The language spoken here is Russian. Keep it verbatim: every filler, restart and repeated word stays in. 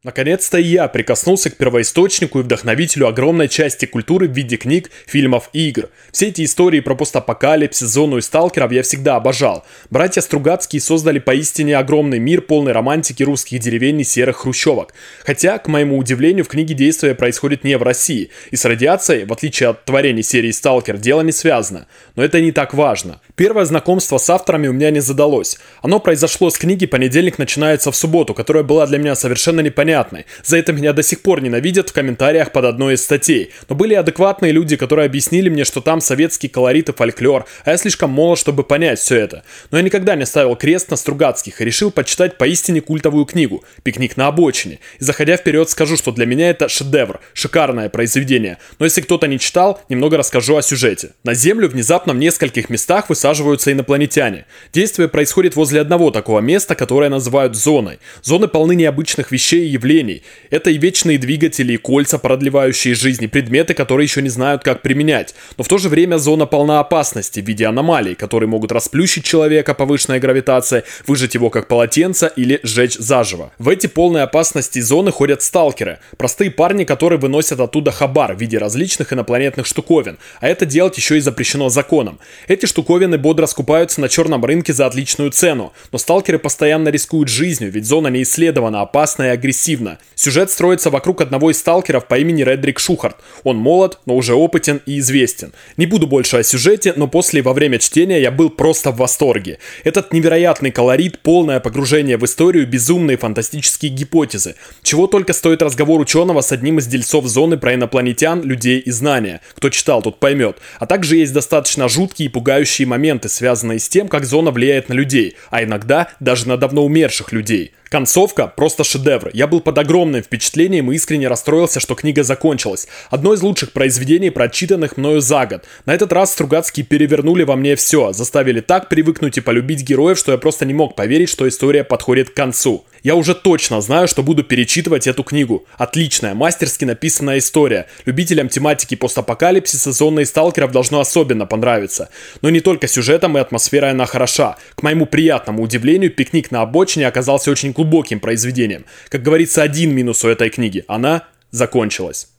Наконец-то и я прикоснулся к первоисточнику и вдохновителю огромной части культуры в виде книг, фильмов и игр. Все эти истории про постапокалипсис, зону и сталкеров я всегда обожал. Братья Стругацкие создали поистине огромный мир, полный романтики русских деревень и серых хрущевок. Хотя, к моему удивлению, в книге действие происходит не в России, и с радиацией, в отличие от творений серии «Сталкер», дело не связано. Но это не так важно. Первое знакомство с авторами у меня не задалось. Оно произошло с книги «Понедельник начинается в субботу», которая была для меня совершенно непонятной. За это меня до сих пор ненавидят в комментариях под одной из статей. Но были адекватные люди, которые объяснили мне, что там советский колорит и фольклор, а я слишком молод, чтобы понять все это. Но я никогда не ставил крест на Стругацких и решил почитать поистине культовую книгу «Пикник на обочине». И заходя вперед, скажу, что для меня это шедевр, шикарное произведение. Но если кто-то не читал, немного расскажу о сюжете. На Землю внезапно в нескольких местах высаживаются инопланетяне. Действие происходит возле одного такого места, которое называют зоной. Зоны полны необычных вещей и явлений. Это и вечные двигатели, и кольца, продлевающие жизнь, и предметы, которые еще не знают, как применять. Но в то же время зона полна опасности в виде аномалий, которые могут расплющить человека повышенной гравитацией, выжать его как полотенце или сжечь заживо. В эти полные опасности зоны ходят сталкеры. Простые парни, которые выносят оттуда хабар в виде различных инопланетных штуковин. А это делать еще и запрещено законом. Эти штуковины бодро скупаются на черном рынке за отличную цену. Но сталкеры постоянно рискуют жизнью, ведь зона не исследована, опасна и агрессивна. Сюжет строится вокруг одного из сталкеров по имени Редрик Шухарт. Он молод, но уже опытен и известен. Не буду больше о сюжете, но после и во время чтения я был просто в восторге. Этот невероятный колорит, полное погружение в историю, безумные фантастические гипотезы. Чего только стоит разговор ученого с одним из дельцов зоны про инопланетян, людей и знания. Кто читал, тот поймет. А также есть достаточно жуткие и пугающие моменты, связанные с тем, как зона влияет на людей, а иногда даже на давно умерших людей. Концовка просто шедевр. Я был под огромным впечатлением и искренне расстроился, что книга закончилась. Одно из лучших произведений, прочитанных мною за год. На этот раз Стругацкие перевернули во мне все, заставили так привыкнуть и полюбить героев, что я просто не мог поверить, что история подходит к концу. Я уже точно знаю, что буду перечитывать эту книгу. Отличная, мастерски написанная история. Любителям тематики постапокалипсиса, зоны и сталкеров должно особенно понравиться. Но не только сюжетом и атмосферой она хороша. К моему приятному удивлению, «Пикник на обочине» оказался очень глубоким произведением. Как говорится, один минус у этой книги – она закончилась.